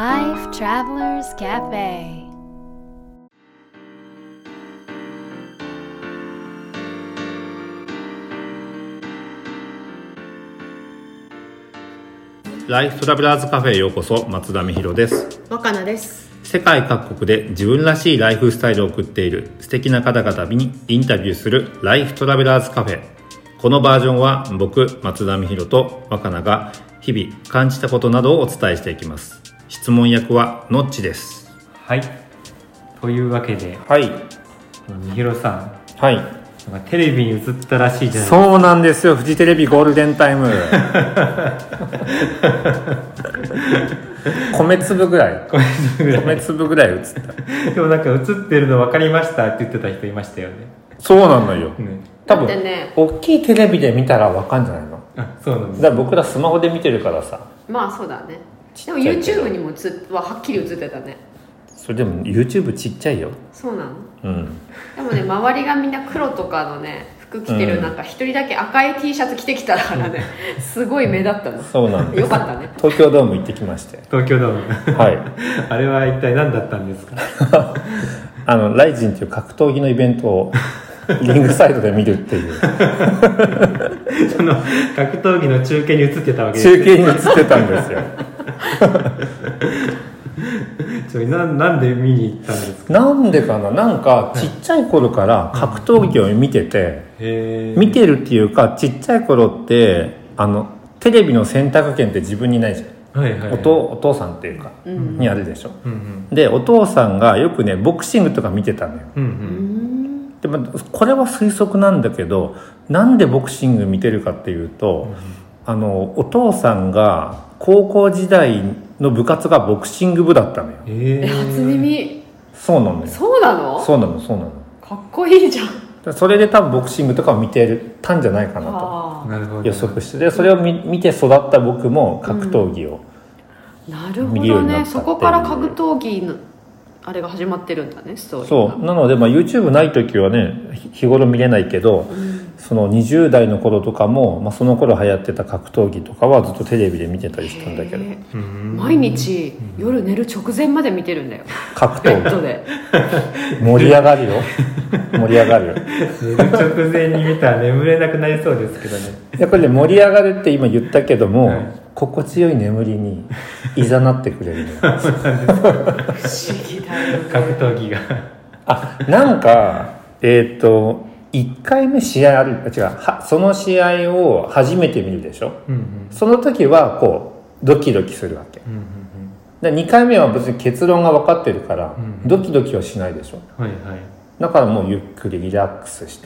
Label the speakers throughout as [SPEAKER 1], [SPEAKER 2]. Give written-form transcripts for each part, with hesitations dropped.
[SPEAKER 1] Life Travelers Cafe。
[SPEAKER 2] ライフトラベラーズカフェへようこそ。松田美弘です。
[SPEAKER 3] 若菜です。
[SPEAKER 2] 世界各国で自分らしいライフスタイルを送っている素敵な方々にインタビューするライフトラベラーズカフェ。このバージョンは僕松田美弘と若菜が日々感じたことなどをお伝えしていきます。質問役はのっちです。
[SPEAKER 4] はい、というわけで、
[SPEAKER 2] はい、
[SPEAKER 4] みひろさん、
[SPEAKER 2] はい、
[SPEAKER 4] なんかテレビに映ったらしいじゃないですか。
[SPEAKER 2] そうなんですよ。フジテレビゴールデンタイム米粒ぐらい映った
[SPEAKER 4] でもなんか映ってるの分かりましたって言ってた人いましたよね。
[SPEAKER 2] そうなのよ、多分
[SPEAKER 3] だってね、
[SPEAKER 2] 大きいテレビで見たら分かんじゃないの。
[SPEAKER 4] あ、そうなんです。
[SPEAKER 2] だから僕らスマホで見てるからさ。
[SPEAKER 3] まあそうだね。でも YouTube にもはっきり映ってたね。
[SPEAKER 2] それでも YouTube ちっちゃいよ。
[SPEAKER 3] そうなの。
[SPEAKER 2] うん。
[SPEAKER 3] でもね、周りがみんな黒とかのね服着てる、なんか一人だけ赤い T シャツ着てきたからね、すごい目立ったの。
[SPEAKER 2] そうなんです。
[SPEAKER 3] よかったね。
[SPEAKER 2] 東京ドーム行ってきまして。
[SPEAKER 4] 東京ドーム
[SPEAKER 2] はい
[SPEAKER 4] あれは一体何だったんですか？
[SPEAKER 2] ライジンっていう格闘技のイベントをリングサイドで見るっていう
[SPEAKER 4] その格闘技の中継に映ってたわけです。
[SPEAKER 2] 中継に映ってたんですよ
[SPEAKER 4] なんで見に行ったんですか？
[SPEAKER 2] なんでかな。なんかちっちゃい頃から格闘技を見てて、見てるっていうか、ちっちゃい頃ってテレビの選択権って自分にないじゃん、お父さんっていうか、にあるでしょ、でお父さんがよくねボクシングとか見てたのよ、でもこれは推測なんだけど、なんでボクシング見てるかっていうと、お父さんが高校時代の部活がボクシング部だったのよ。
[SPEAKER 3] 初耳。
[SPEAKER 2] そうなのよ。
[SPEAKER 3] そうなの？
[SPEAKER 2] そうなの。
[SPEAKER 3] かっこいいじゃん。
[SPEAKER 2] それで多分ボクシングとかを見てたんじゃないかなと予測して、でそれを見て育った僕も格闘技を見るようになったっていう、
[SPEAKER 3] そこから格闘技のあれが始まってるんだね、ストーリーが。
[SPEAKER 2] そうなので、YouTube ない時はね日頃見れないけど、その20代の頃とかも、その頃流行ってた格闘技とかはずっとテレビで見てたりしたんだけど、
[SPEAKER 3] 毎日夜寝る直前まで見てるんだよ、
[SPEAKER 2] 格闘技
[SPEAKER 3] で
[SPEAKER 2] 盛り上がるよ盛り上がるよ。
[SPEAKER 4] 寝る直前に見たら眠れなくなりそうですけどね。
[SPEAKER 2] やっぱりね、盛り上がるって今言ったけども、心地よい眠りにいざなってくれるの
[SPEAKER 3] 不思議だよ、ね、
[SPEAKER 4] 格闘技が
[SPEAKER 2] なんか1回目試合ある、その試合を初めて見るでしょ、その時はこうドキドキするわけ、で2回目は別に結論が分かってるから、ドキドキはしないでしょ、だからもうゆっくりリラックスして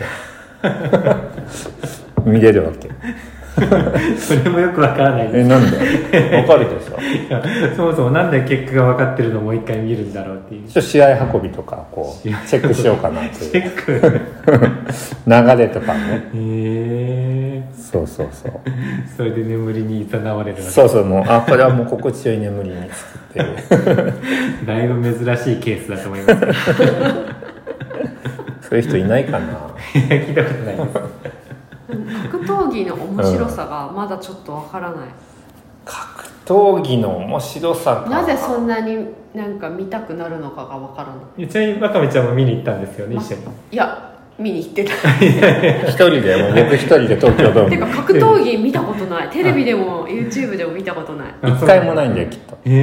[SPEAKER 2] 見れるわけ
[SPEAKER 4] それもよくわからないです。
[SPEAKER 2] なんでわかるでしょ
[SPEAKER 4] そもそもなんで結果が分かってるのをもう一回見るんだろうっていう。
[SPEAKER 2] 試合運びとかこうチェックしようかなっていう
[SPEAKER 4] チェック
[SPEAKER 2] 流れとかね。そう
[SPEAKER 4] それで眠りに誘われるわけ。
[SPEAKER 2] そうもうこれはもう心地よい眠りに作ってる
[SPEAKER 4] だいぶ珍しいケースだと思います
[SPEAKER 2] そういう人いないかな
[SPEAKER 4] 聞いたことないです
[SPEAKER 3] 格闘技の面白さがまだちょっとわからない、
[SPEAKER 2] 格闘技の面白さか。
[SPEAKER 3] なぜそんなになんか見たくなるのかがわからない。
[SPEAKER 4] ちなみにわかめちゃんも見に行ったんですよね、一緒に。
[SPEAKER 3] いや、見に行ってた
[SPEAKER 2] 一人で、もう僕一人で東京ドーム
[SPEAKER 3] てか格闘技見たことないテレビでも YouTube でも見たことない。
[SPEAKER 2] 一回もないんだよきっと。
[SPEAKER 3] ない。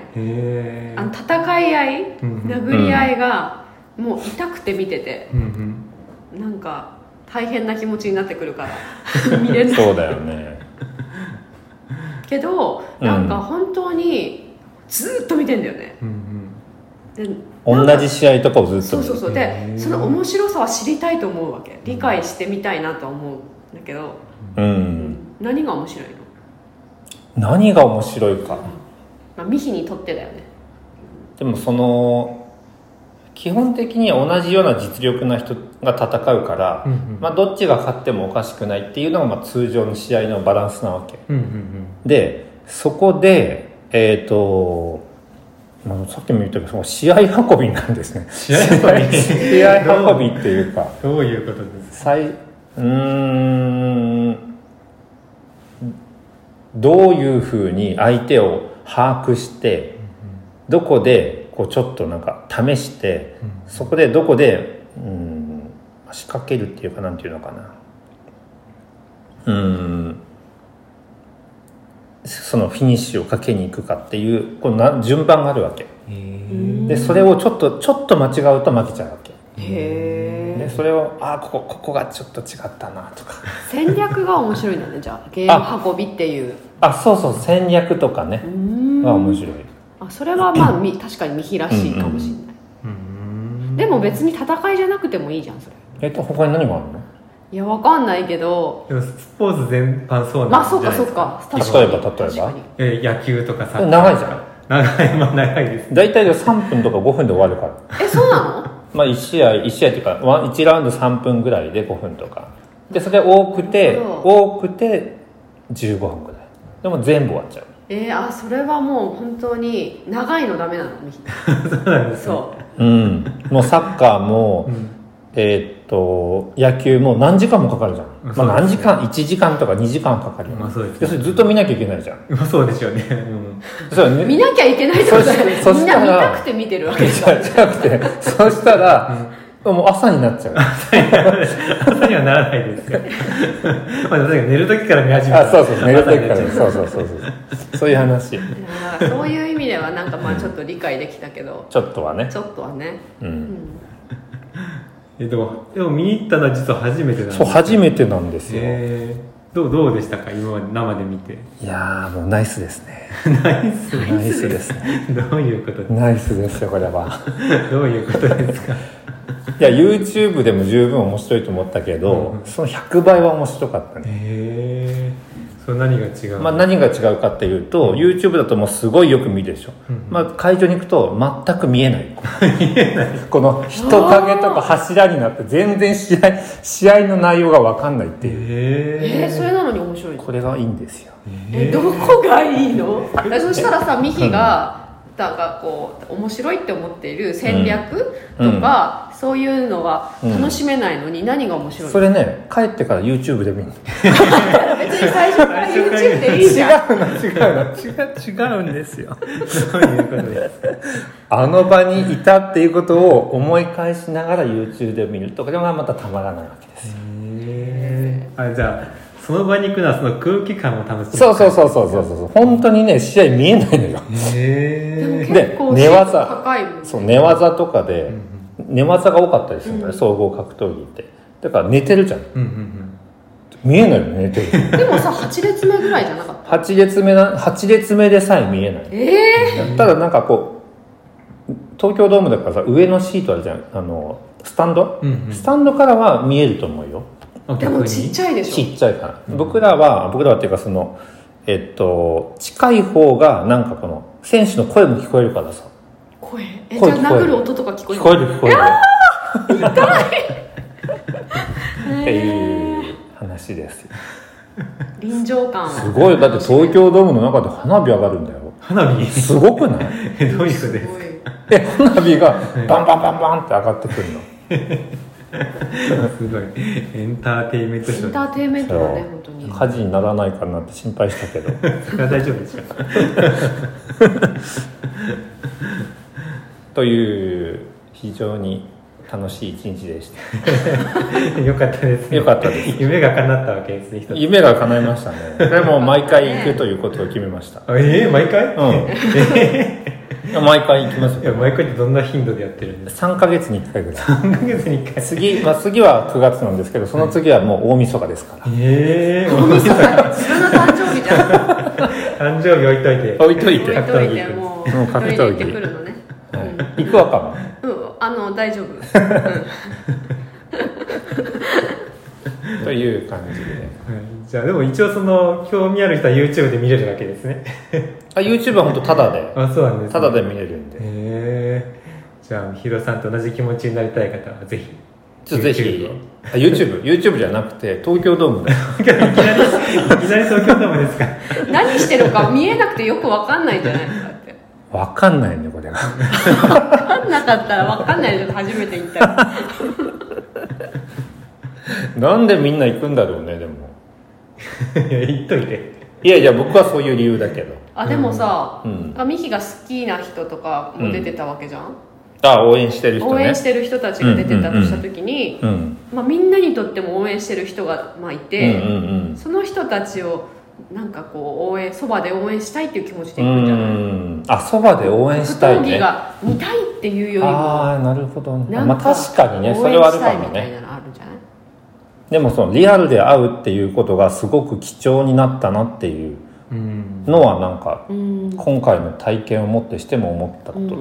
[SPEAKER 3] 戦い合い、殴り合いがもう痛くて見てて、なんか大変な気持ちになってくるから見れない
[SPEAKER 2] そうだよね
[SPEAKER 3] けどなんか本当にずっと見てんだよね、で
[SPEAKER 2] 同じ試合とかをずっと見る。
[SPEAKER 3] そうでその面白さは知りたいと思うわけ、理解してみたいなと思うんだけど、何が面白いの？
[SPEAKER 2] 何が面白いか、
[SPEAKER 3] ミヒにとってだよね。
[SPEAKER 2] でもその基本的には同じような実力な人が戦うから、どっちが勝ってもおかしくないっていうのが通常の試合のバランスなわけ、でそこでさっきも言ったけどその試合運びなんですね。試合運びっていうか
[SPEAKER 4] どういうことですか？
[SPEAKER 2] どういうふうに相手を把握してどこでこうちょっとなんか試して、そこでどこで仕掛けるっていうかなんていうのかな、そのフィニッシュをかけに行くかっていうこの順番があるわけで、それをちょっと間違うと負けちゃうわけで、それをここがちょっと違ったなとか
[SPEAKER 3] 戦略が面白いんだね。じゃあゲーム運びっていう
[SPEAKER 2] そう戦略とかねが面白い。
[SPEAKER 3] それはまあ確かに見開しいかもしれない。でも別に戦いじゃなくてもいいじゃんそれ。
[SPEAKER 2] 他に何があるの？
[SPEAKER 3] いやわかんないけど、
[SPEAKER 4] でもスポーツ全般そうなんじゃないですか。
[SPEAKER 2] 例えば
[SPEAKER 4] 野球とかサッカー
[SPEAKER 2] 長いじゃん。
[SPEAKER 4] 長いです。
[SPEAKER 2] 大体3分とか5分で終わるから。
[SPEAKER 3] そうなの？
[SPEAKER 2] まあ1試合っていうか1ラウンド3分ぐらいで5分とかで、それ多くて15分ぐらいでも全部終わっちゃう。
[SPEAKER 3] それはもう本当に長いのダメなの？
[SPEAKER 4] そうなんです、ね、
[SPEAKER 3] そう、
[SPEAKER 2] もうサッカーも、野球も何時間もかかるじゃん。何時間1時間とか2時間かかるよ、
[SPEAKER 4] そうですね。
[SPEAKER 2] それずっと見なきゃいけないじゃん。
[SPEAKER 4] そうでしょうね、
[SPEAKER 2] そうね、
[SPEAKER 3] 見なきゃいけないってことだよね。みんな見たくて見てるわけじゃ
[SPEAKER 2] なくてそしたら、もう朝になっちゃう。
[SPEAKER 4] 朝にはならないですよ寝る時から見始めた。
[SPEAKER 2] そう寝る時からそういう話。
[SPEAKER 3] そういう意味ではなんかまあちょっと理解できたけど、
[SPEAKER 2] ちょっとはね。
[SPEAKER 4] でも見に行ったのは実は初めてなんです。
[SPEAKER 2] そう初めてなんですよ。
[SPEAKER 4] どうでしたか今まで生で見て。
[SPEAKER 2] いやもうナイスですね。
[SPEAKER 4] ナイス
[SPEAKER 2] ですね。
[SPEAKER 4] どういうことですか？
[SPEAKER 2] ナイスですよこれは。
[SPEAKER 4] どういうことですか？
[SPEAKER 2] いや YouTube でも十分面白いと思ったけど、その100倍は面白かったね。
[SPEAKER 4] それ何が違う？
[SPEAKER 2] 何が違うかっていうと、YouTube だともうすごいよく見るでしょ、会場に行くと全く見えないこの人影とか柱になって全然試合の内容が分かんないっていう。
[SPEAKER 3] それなのに面白いの？
[SPEAKER 2] これがいいんですよ。
[SPEAKER 3] どこがいいの？そしたらさミヒがなんかこう面白いって思っている戦略とか、そういうのが楽しめないのに何が面白いの？
[SPEAKER 2] それね帰ってから YouTube で見るの。
[SPEAKER 3] 別に最初から YouTube でいいじゃん。
[SPEAKER 2] 違うんですよ。そういうことです。あの場にいたっていうことを思い返しながら YouTube で見るとこれがまたたまらないわけですよ。
[SPEAKER 4] じゃあその場に行くのはその空気感を楽しむ。
[SPEAKER 2] そう本当にね試合見えないのよ。
[SPEAKER 3] で
[SPEAKER 2] 寝技とかで、寝技が多かったりするんだね、総合格闘技ってだから寝てるじゃん、見えないよね寝てる。
[SPEAKER 3] でもさ8列目ぐらいじゃなかった？
[SPEAKER 2] 8列目でさえ見えない、ただなんかこう東京ドームだからさ上のシートあるじゃん、スタンドからは見えると思うよ。
[SPEAKER 3] でもちっちゃいでしょ。
[SPEAKER 2] ちっちゃいから、僕らはっていうかその近い方がなんかこの選手の声も聞こえるからさ。
[SPEAKER 3] じゃあ殴る音とか聞こえる？
[SPEAKER 2] 聞こえる。
[SPEAKER 3] 痛い
[SPEAKER 2] っていう話ですよ。
[SPEAKER 3] 臨場感
[SPEAKER 2] すごい。だって東京ドームの中で花火上がるんだよ。
[SPEAKER 4] 花火
[SPEAKER 2] すごくない？
[SPEAKER 4] どういうことですか？
[SPEAKER 2] 花火がバンバンバンバンって上がってくるの。
[SPEAKER 4] すごいエンターテインメントショー。
[SPEAKER 3] エンターテインメントだね本当に。
[SPEAKER 2] 火事にならないかなって心配したけど。
[SPEAKER 4] それは大丈夫ですか？
[SPEAKER 2] という非常に楽しい一日でした。
[SPEAKER 4] よかったですね。
[SPEAKER 2] よかったです。
[SPEAKER 4] 夢が叶ったわけですね。
[SPEAKER 2] 夢が叶いましたね。でも毎回行くということを決めました。
[SPEAKER 4] 毎回？
[SPEAKER 2] 毎回行きますよ。
[SPEAKER 4] いや毎回ってどんな頻度でやってるんですか？
[SPEAKER 2] 3ヶ月に1回ぐらい。
[SPEAKER 4] 3ヶ月に1回。
[SPEAKER 2] 次は9月なんですけど、その次はもう大晦日ですから。
[SPEAKER 3] 大晦日自分の誕生日じゃん。
[SPEAKER 4] 誕生日置いといて
[SPEAKER 3] もう格闘技行ってくるのね。
[SPEAKER 2] 行くわかも。
[SPEAKER 3] 大丈夫。
[SPEAKER 2] という感じで、
[SPEAKER 4] じゃあでも一応その興味ある人は YouTube で見れるわけですね。
[SPEAKER 2] YouTube は本当タダで。
[SPEAKER 4] そうなんですね。
[SPEAKER 2] タダで見れるんで。
[SPEAKER 4] じゃあヒロさんと同じ気持ちになりたい方はぜひ。
[SPEAKER 2] ぜひ YouTube じゃなくて東京ドームで。
[SPEAKER 4] いきなり東京ドームですか？
[SPEAKER 3] 何してるか見えなくてよく分かんないんじゃないですかって。
[SPEAKER 2] 分かんないねこれが。
[SPEAKER 3] 分かんなかったら分かんないでしょ初めて行ったら。
[SPEAKER 2] なんでみんな行くんだろうねでも。
[SPEAKER 4] 言っといて。
[SPEAKER 2] いや僕はそういう理由だけど。
[SPEAKER 3] でもさ、ミキが好きな人とかも出てたわけじゃん、
[SPEAKER 2] 応援してる人ね。
[SPEAKER 3] 応援してる人たちが出てたとした時に、みんなにとっても応援してる人がいて、その人たちをなんかこうそばで応援したいっていう気持ちでいくんじゃない？
[SPEAKER 2] そばで応援したいね。
[SPEAKER 3] 格闘技が見たいっていうよりも、
[SPEAKER 2] なるほどね。確かにね、それはあるかもね。
[SPEAKER 3] 応援したいみたいなのあるんじゃない？
[SPEAKER 2] でもそのリアルで会うっていうことがすごく貴重になったなっていうのはなんか今回の体験をもってしても思ったこと、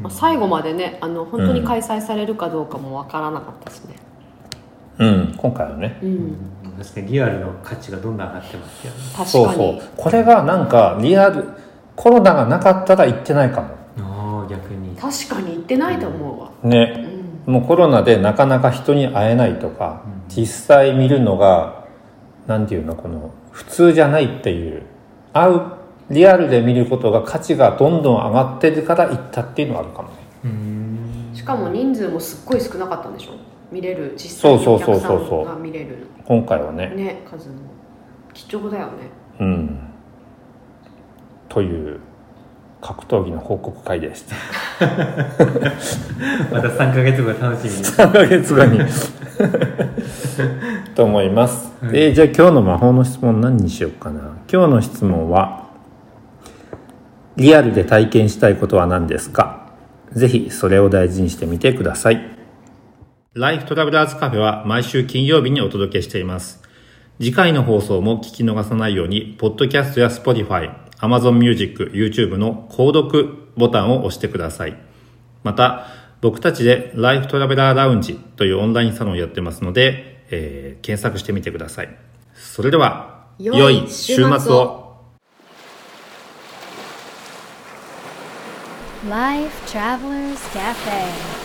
[SPEAKER 3] 最後までね本当に開催されるかどうかもわからなかったですね。
[SPEAKER 2] 今回はね、
[SPEAKER 4] 確かにリアルの価値がどんどん上がってますよね。
[SPEAKER 3] 確かに。
[SPEAKER 2] そうこれがなんかリアルコロナがなかったら行ってないかも。
[SPEAKER 4] 逆に
[SPEAKER 3] 確かに行ってないと思うわ
[SPEAKER 2] ね、もうコロナでなかなか人に会えないとか、実際見るのがなんていうのこの普通じゃないっていうリアルで見ることが価値がどんどん上がってるから行ったっていうのはあるかもね。
[SPEAKER 3] しかも人数もすっごい少なかったんでしょ？見れる実際にお客さんが見れる
[SPEAKER 2] 今回はね
[SPEAKER 3] 数も貴重だよね。
[SPEAKER 2] という格闘技の報告会でした
[SPEAKER 4] また3ヶ月後楽しみに
[SPEAKER 2] 3ヶ月後にと思います、じゃあ今日の魔法の質問何にしようかな。今日の質問はリアルで体験したいことは何ですか？ぜひそれを大事にしてみてください。ライフトラベラーズカフェは毎週金曜日にお届けしています。次回の放送も聞き逃さないようにポッドキャストや Spotify、Amazon Music、YouTube の購読ボタンを押してください。また僕たちでライフトラベラーラウンジというオンラインサロンをやってますので、検索してみてください。それでは良い週末を。
[SPEAKER 1] Life Travelers Cafe